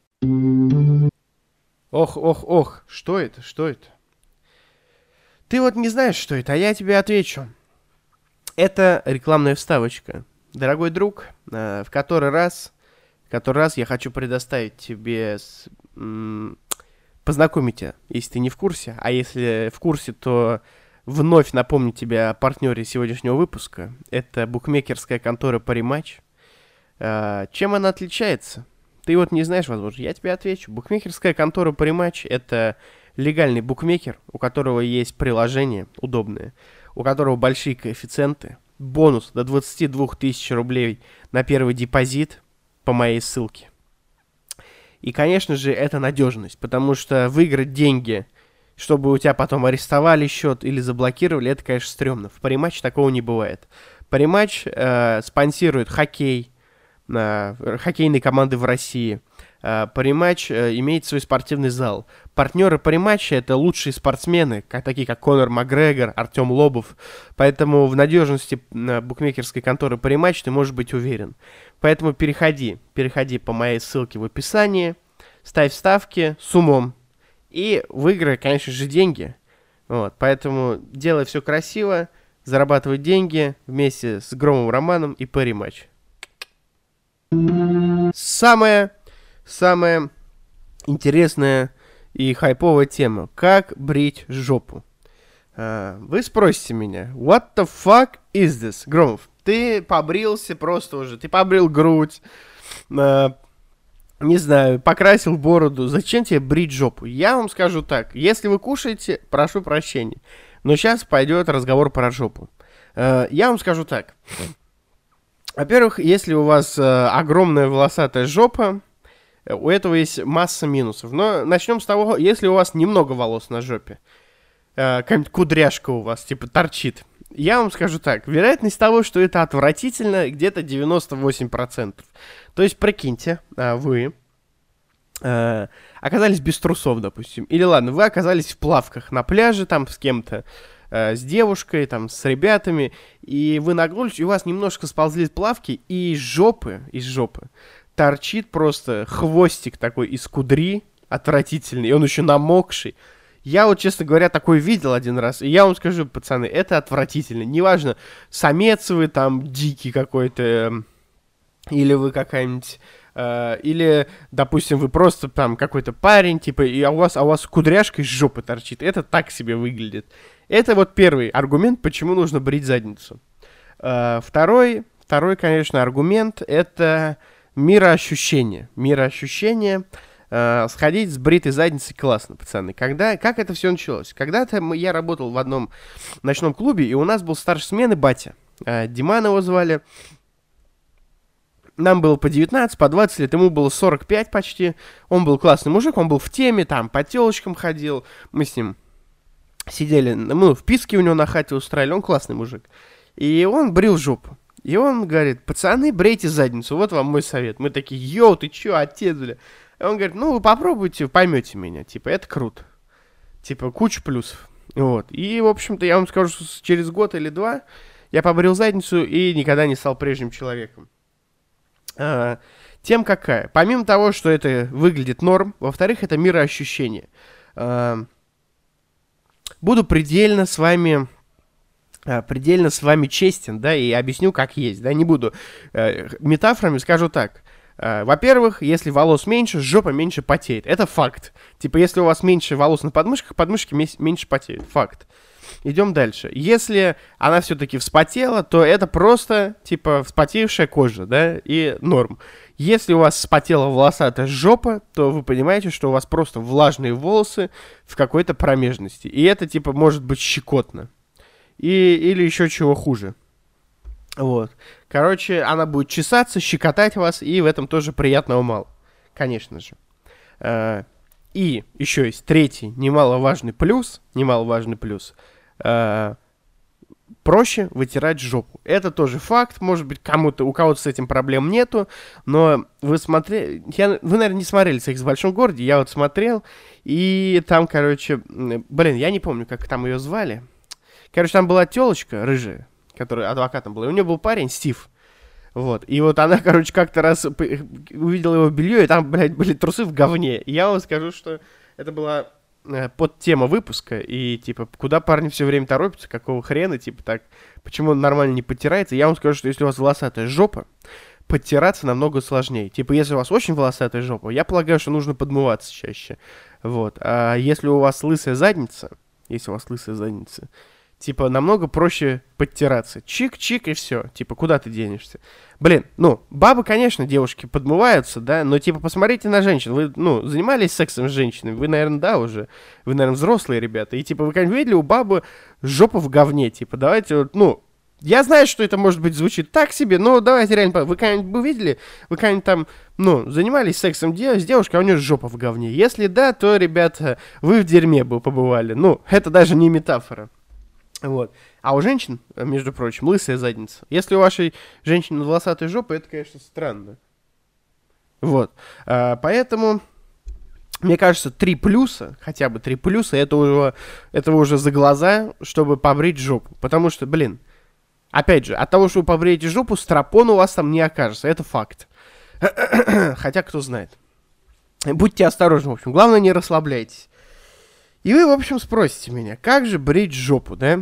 Ох, ох, ох, что это, что это? Ты вот не знаешь, что это, а я тебе отвечу. Это рекламная вставочка. Дорогой друг, э, в который раз... В который раз я хочу предоставить тебе, с, м- познакомить тебя, если ты не в курсе, а если в курсе, то вновь напомню тебе о партнере сегодняшнего выпуска. Это букмекерская контора Parimatch. А, чем она отличается? Ты вот не знаешь, возможно, я тебе отвечу. Букмекерская контора Parimatch — это легальный букмекер, у которого есть приложение удобное, у которого большие коэффициенты, бонус до двадцать два тысячи рублей на первый депозит, по моей ссылке. И, конечно же, это надежность, потому что выиграть деньги, чтобы у тебя потом арестовали счет или заблокировали, это, конечно, стрёмно. В Parimatch такого не бывает. Parimatch э, спонсирует хоккей, э, хоккейные команды в России. Э, Parimatch э, имеет свой спортивный зал. Партнеры Parimatch — это лучшие спортсмены, как, такие как Конор Макгрегор, Артем Лобов. Поэтому в надежности э, букмекерской конторы Parimatch ты можешь быть уверен. Поэтому переходи, переходи по моей ссылке в описании, ставь ставки с умом и выиграй, конечно же, деньги. Вот, поэтому делай все красиво, зарабатывай деньги вместе с Громовым Романом и Parimatch. Самая, самая интересная и хайповая тема. Как брить жопу? Uh, вы спросите меня, what the fuck is this? Громов, ты побрился просто уже, ты побрил грудь, uh, не знаю, покрасил бороду, зачем тебе брить жопу? Я вам скажу так, если вы кушаете, прошу прощения, но сейчас пойдет разговор про жопу. Uh, я вам скажу так, во-первых, если у вас uh, огромная волосатая жопа, у этого есть масса минусов, но начнем с того, если у вас немного волос на жопе, какая-нибудь кудряшка у вас, типа, торчит. Я вам скажу так, вероятность того, что это отвратительно, где-то девяносто восемь процентов. То есть, прикиньте, вы э, оказались без трусов, допустим. Или, ладно, вы оказались в плавках на пляже, там, с кем-то, э, с девушкой, там, с ребятами, и вы нагнулись, и у вас немножко сползли плавки, и из жопы, из жопы торчит просто хвостик такой из кудри, отвратительный, и он еще намокший. Я вот, честно говоря, такой видел один раз, и я вам скажу, пацаны, это отвратительно. Неважно, самец вы там дикий какой-то, или вы какая-нибудь, э, или, допустим, вы просто там какой-то парень, типа, и у вас, а у вас кудряшка из жопы торчит. Это так себе выглядит. Это вот первый аргумент, почему нужно брить задницу. Э, второй, второй, конечно, аргумент, это мироощущение. Мироощущение. Uh, сходить с бритой задницей классно, пацаны. Когда, как это все началось? Когда-то мы, я работал в одном ночном клубе, и у нас был старшей смены батя. э, Диман его звали. Нам было по девятнадцать, по двадцать лет, ему было сорок пять почти. Он был классный мужик, он был в теме, там, по телочкам ходил. Мы с ним сидели, ну, вписки у него на хате устраивали, он классный мужик. И он брил жопу. И он говорит: пацаны, брейте задницу, вот вам мой совет. Мы такие: йоу, ты чё, отец, бля? И он говорит: ну, вы попробуйте, поймете меня, типа, это круто. Типа, куча плюсов. Вот. И, в общем-то, я вам скажу, что через год или два я побрил задницу и никогда не стал прежним человеком. А, тем какая? Помимо того, что это выглядит норм, во-вторых, это мироощущение. А, буду предельно с вами... предельно с вами честен, да, и объясню, как есть, да, не буду э, метафорами, скажу так. Э, во-первых, если волос меньше, жопа меньше потеет, это факт. Типа, если у вас меньше волос на подмышках, подмышки меньше потеют, факт. Идем дальше. Если она все-таки вспотела, то это просто, типа, вспотевшая кожа, да, и норм. Если у вас вспотела волосатая жопа, то вы понимаете, что у вас просто влажные волосы в какой-то промежности, и это, типа, может быть щекотно. И, или еще чего хуже. Вот. Короче, она будет чесаться, щекотать вас, и в этом тоже приятного мало. Конечно же. А, и еще есть третий немаловажный плюс. Немаловажный плюс. А, проще вытирать жопу. Это тоже факт. Может быть, кому-то, у кого-то с этим проблем нету. Но вы смотрели... Я, вы, наверное, не смотрели «Секс в большом городе». Я вот смотрел. И там, короче... Блин, я не помню, как там ее звали. Короче, там была телочка рыжая, которая адвокатом была, и у нее был парень, Стив. Вот. И вот она, короче, как-то раз увидела его белье, и там, блядь, были трусы в говне. И я вам скажу, что это была э, подтема выпуска, и, типа, куда парни все время торопятся, какого хрена, типа, так, почему он нормально не подтирается. Я вам скажу, что если у вас волосатая жопа, подтираться намного сложнее. Типа, если у вас очень волосатая жопа, я полагаю, что нужно подмываться чаще. Вот. А если у вас лысая задница, если у вас лысая задница, типа, намного проще подтираться. Чик-чик и все. Типа, куда ты денешься? Блин, ну, бабы, конечно, девушки подмываются, да, но, типа, посмотрите на женщин. Вы, ну, занимались сексом с женщинами? Вы, наверное, да, уже. Вы, наверное, взрослые ребята. И, типа, вы когда-нибудь видели у бабы жопу в говне? Типа, давайте вот, ну, я знаю, что это, может быть, звучит так себе, но давайте реально... Вы когда-нибудь бы видели? Вы когда-нибудь там, ну, занимались сексом с девушкой, а у нее жопа в говне? Если да, то, ребята, вы в дерьме бы побывали. Ну, это даже не метафора. Вот. А у женщин, между прочим, лысая задница. Если у вашей женщины волосатая жопа, это, конечно, странно. Вот. А, поэтому, мне кажется, три плюса, хотя бы три плюса, это уже, этого уже за глаза, чтобы побрить жопу. Потому что, блин, опять же, от того, что вы побреете жопу, стропон у вас там не окажется. Это факт. Хотя, кто знает. Будьте осторожны, в общем. Главное, не расслабляйтесь. И вы, в общем, спросите меня, как же брить жопу, да?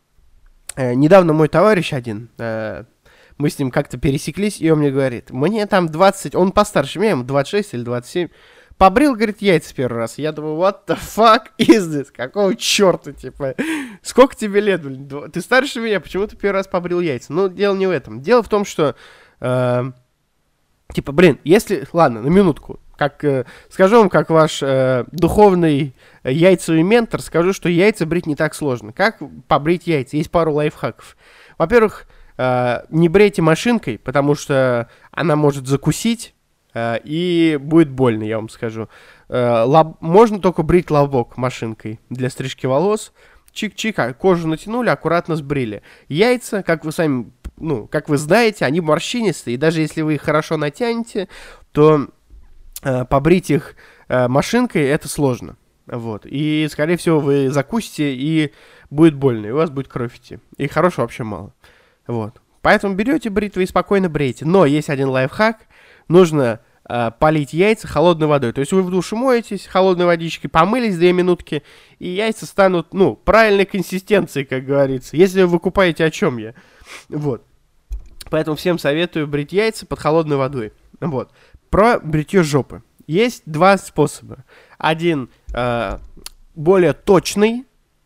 Э, недавно мой товарищ один, э, мы с ним как-то пересеклись, и он мне говорит, мне там двадцать, он постарше меня, ему двадцать шесть или двадцать семь, побрил, говорит, яйца первый раз. Я думаю, what the fuck is this? Какого черта, типа, сколько тебе лет, блин? Ты старше меня, почему ты первый раз побрил яйца? Ну, дело не в этом. Дело в том, что, э, типа, блин, если, ладно, на минутку, как, э, скажу вам, как ваш э, духовный э, яйцевый ментор, скажу, что яйца брить не так сложно. Как побрить яйца? Есть пару лайфхаков. Во-первых, э, не брейте машинкой, потому что она может закусить, э, и будет больно, я вам скажу. Э, лоб... Можно только брить лобок машинкой для стрижки волос. Чик-чик, кожу натянули, аккуратно сбрили. Яйца, как вы сами, ну, как вы знаете, они морщинистые, и даже если вы их хорошо натянете, то... побрить их э, машинкой это сложно. Вот. И, скорее всего, вы закусите, и будет больно, и у вас будет кровь идти. И хорошего вообще мало. Вот. Поэтому берете бритву и спокойно брейте. Но есть один лайфхак. Нужно э, полить яйца холодной водой. То есть вы в душе моетесь, холодной водичкой помылись две минутки, и яйца станут, ну, правильной консистенции, как говорится. Если вы купаете, о чем я. Вот. Поэтому всем советую брить яйца под холодной водой. Вот. Про бритье жопы. Есть два способа. Один э, более точный,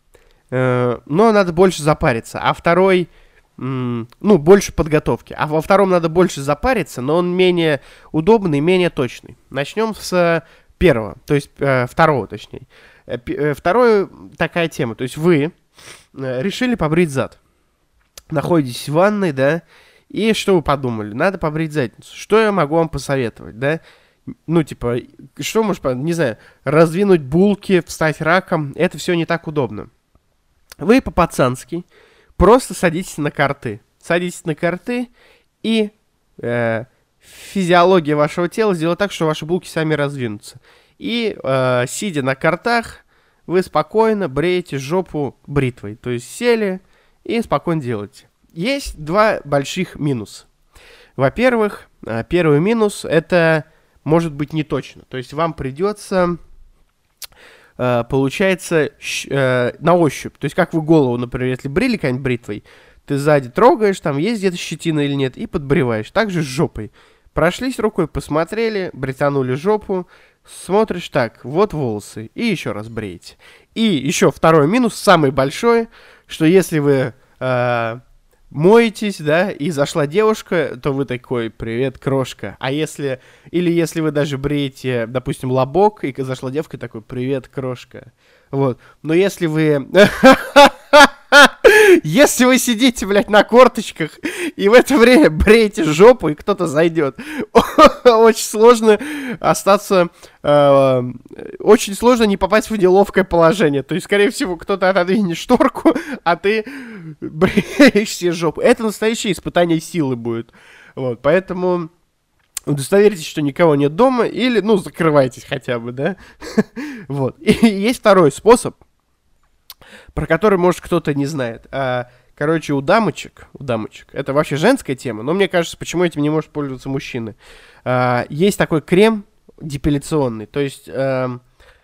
э, но надо больше запариться. А второй, м, ну, больше подготовки. А во втором надо больше запариться, но он менее удобный, менее точный. Начнем с первого, то есть э, второго, точнее. Э, э, второе такая тема. То есть вы э, решили побрить зад. находитесь в ванной, да, и что вы подумали? Надо побрить задницу. Что я могу вам посоветовать, да? Ну, типа, что может, не знаю, раздвинуть булки, встать раком, это все не так удобно. Вы по-пацански просто садитесь на карты. Садитесь на карты, и э, физиология вашего тела сделает так, что ваши булки сами раздвинутся. И, э, сидя на картах, вы спокойно бреете жопу бритвой. То есть сели и спокойно делаете. Есть два больших минуса. Во-первых, э, первый минус — это может быть не точно. То есть вам придется, э, получается, щ, э, на ощупь. То есть как вы голову, например, если брили какой-нибудь бритвой, ты сзади трогаешь, там есть где-то щетина или нет, и подбриваешь. Так же с жопой. Прошлись рукой, посмотрели, британули жопу, смотришь, так, вот волосы, и еще раз бреете. И еще второй минус, самый большой, что если вы э, моетесь, да, и зашла девушка, то вы такой: привет, крошка. А если, или если вы даже бреете, допустим, лобок, и зашла девка, такой: привет, крошка. Вот. Но если вы... Если вы сидите, блядь, на корточках и в это время бреете жопу, и кто-то зайдет, очень сложно остаться, э, очень сложно не попасть в неловкое положение. То есть, скорее всего, кто-то отодвинет шторку, а ты бреешь себе жопу. Это настоящее испытание силы будет. Вот, поэтому удостоверитесь, что никого нет дома, или, ну, закрывайтесь хотя бы, да? Вот. И есть второй способ, про который, может, кто-то не знает. А, короче, у дамочек, у дамочек, это вообще женская тема, но мне кажется, почему этим не может пользоваться мужчины. А, есть такой крем депиляционный, то есть, а,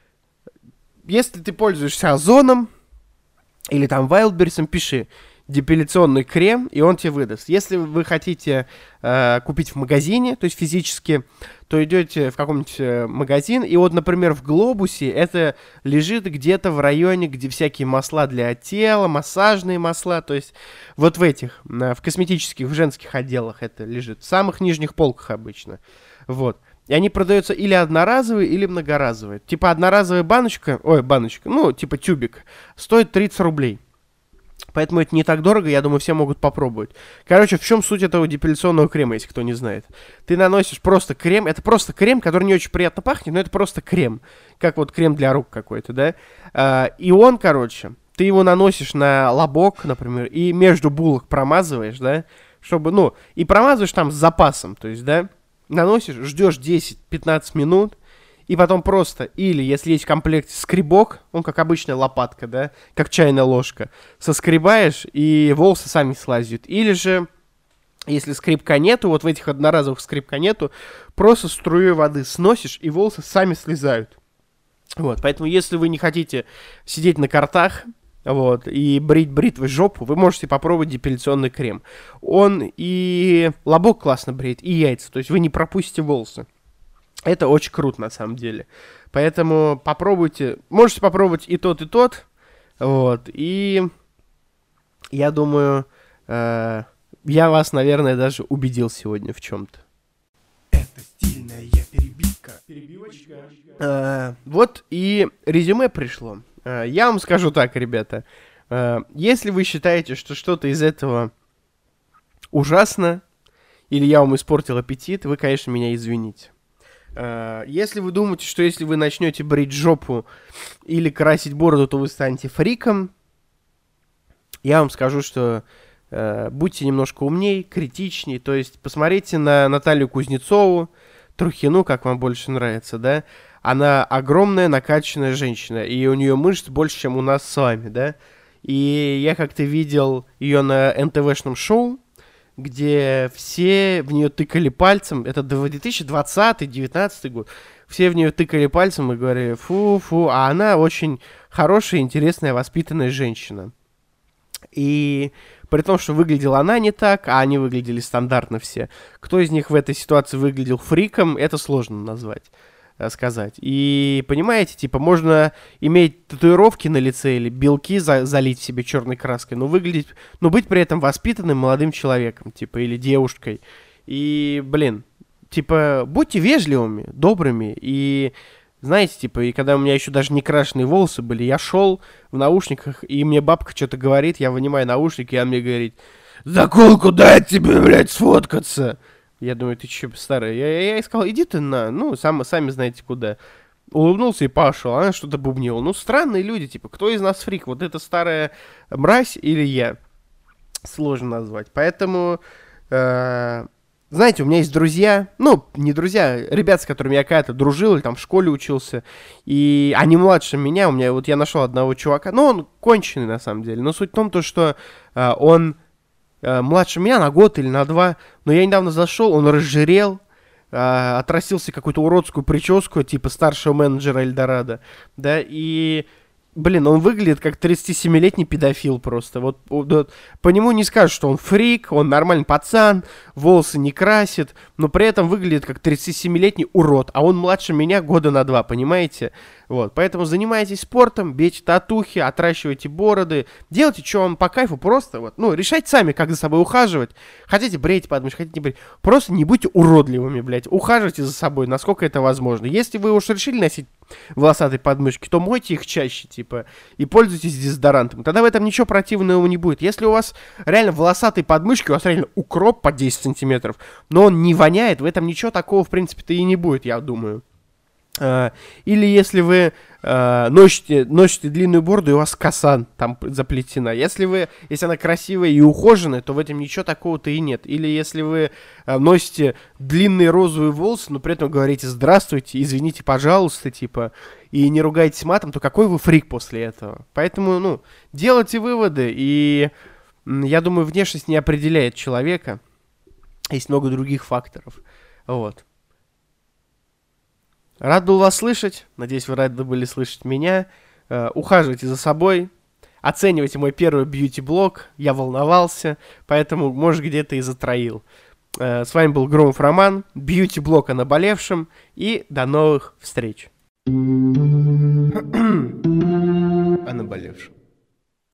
если ты пользуешься Озоном или там Wildberries, пиши депиляционный крем, и он тебе выдаст. Если вы хотите э, купить в магазине, то есть физически, то идете в какой-нибудь э, магазин, и вот, например, в Глобусе это лежит где-то в районе, где всякие масла для тела, массажные масла, то есть вот в этих, э, в косметических, в женских отделах это лежит, в самых нижних полках обычно, вот. И они продаются или одноразовые, или многоразовые. Типа одноразовая баночка, ой, баночка, ну, типа тюбик, стоит тридцать рублей. Поэтому это не так дорого, я думаю, все могут попробовать. Короче, в чем суть этого депиляционного крема, если кто не знает? Ты наносишь просто крем, это просто крем, который не очень приятно пахнет, но это просто крем. Как вот крем для рук какой-то, да? А, и он, короче, ты его наносишь на лобок, например, и между булок промазываешь, да? Чтобы, ну, и промазываешь там с запасом, то есть, да? Наносишь, ждешь десять-пятнадцать минут, и потом просто, или, если есть в комплекте скребок, он как обычная лопатка, да, как чайная ложка, соскребаешь, и волосы сами слазят. Или же, если скребка нету, вот в этих одноразовых скребка нету, просто струей воды сносишь, и волосы сами слезают. Вот, поэтому, если вы не хотите сидеть на картах, вот, и брить бритвой жопу, вы можете попробовать депиляционный крем. Он и лобок классно бреет, и яйца, то есть вы не пропустите волосы. Это очень круто, на самом деле. Поэтому попробуйте. Можете попробовать и тот, и тот. Вот. И я думаю, э, я вас, наверное, даже убедил сегодня в чем-то. Это стильная перебивка. Перебивочка. Э, вот и резюме пришло. Э, я вам скажу так, ребята. Э, если вы считаете, что что-то из этого ужасно, или я вам испортил аппетит, вы, конечно, меня извините. Если вы думаете, что если вы начнете брить жопу или красить бороду, то вы станете фриком, я вам скажу, что э, будьте немножко умнее, критичнее. То есть посмотрите на Наталью Кузнецову, Трухину, как вам больше нравится, да? Она огромная накачанная женщина, и у нее мышц больше, чем у нас с вами, да? И я как-то видел ее на эн тэ вэ-шном шоу, где все в нее тыкали пальцем, это две тысячи двадцатый — две тысячи девятнадцатый год, все в нее тыкали пальцем и говорили: фу-фу, а она очень хорошая, интересная, воспитанная женщина. И при том, что выглядела она не так, а они выглядели стандартно все. Кто из них в этой ситуации выглядел фриком, это сложно назвать, сказать. И понимаете, типа, можно иметь татуировки на лице или белки за- залить в себе черной краской, но выглядеть, но быть при этом воспитанным молодым человеком, типа, или девушкой. И, блин, типа, будьте вежливыми, добрыми. И, знаете, типа, и когда у меня еще даже не крашеные волосы были, я шел в наушниках, и мне бабка что-то говорит, я вынимаю наушники, и она мне говорит: заколку дай тебе, блядь, сфоткаться. Я думаю, ты че, старая? Я, я, я сказал, иди ты на, ну, сам, сами знаете куда. Улыбнулся и пошел, она что-то бубнила. Ну, странные люди, типа, кто из нас фрик? Вот эта старая мразь или я? Сложно назвать. Поэтому, э, знаете, у меня есть друзья, ну, не друзья, ребята, с которыми я когда-то дружил, или там в школе учился, и они младше меня, у меня, вот я нашел одного чувака, ну, он конченый, на самом деле, но суть в том, то, что э, он э, младше меня на год или на два, но я недавно зашел, он разжирел, э, отрастился какую-то уродскую прическу, типа старшего менеджера Эльдорадо, да, и... Блин, он выглядит как тридцатисемилетний педофил просто. Вот, вот по нему не скажешь, что он фрик, он нормальный пацан, волосы не красит, но при этом выглядит как тридцатисемилетний урод, а он младше меня года на два, понимаете? Вот, поэтому занимайтесь спортом, бейте татухи, отращивайте бороды, делайте, что вам по кайфу, просто вот, ну, решайте сами, как за собой ухаживать. Хотите, брейте подмышки, хотите, не брейте. Просто не будьте уродливыми, блядь, ухаживайте за собой, насколько это возможно. Если вы уж решили носить волосатые подмышки, то мойте их чаще, типа, и пользуйтесь дезодорантом. Тогда в этом ничего противного не будет. Если у вас реально волосатые подмышки, у вас реально укроп по десять сантиметров, но он не воняет, в этом ничего такого, в принципе-то, и не будет, я думаю. Или если вы э, носите, носите длинную бороду, и у вас коса там заплетена. Если вы, если она красивая и ухоженная, то в этом ничего такого-то и нет. Или если вы э, носите длинные розовые волосы, но при этом говорите «здравствуйте», «извините, пожалуйста», типа, и не ругаетесь матом, то какой вы фрик после этого? Поэтому, ну, делайте выводы, и я думаю, внешность не определяет человека. Есть много других факторов. Вот. Рад был вас слышать. Надеюсь, вы рады были слышать меня. Uh, ухаживайте за собой. Оценивайте мой первый бьюти-блог. Я волновался, поэтому, может, где-то и затроил. Uh, с вами был Громов Роман. Бьюти-блог о наболевшем. И до новых встреч. О наболевшем.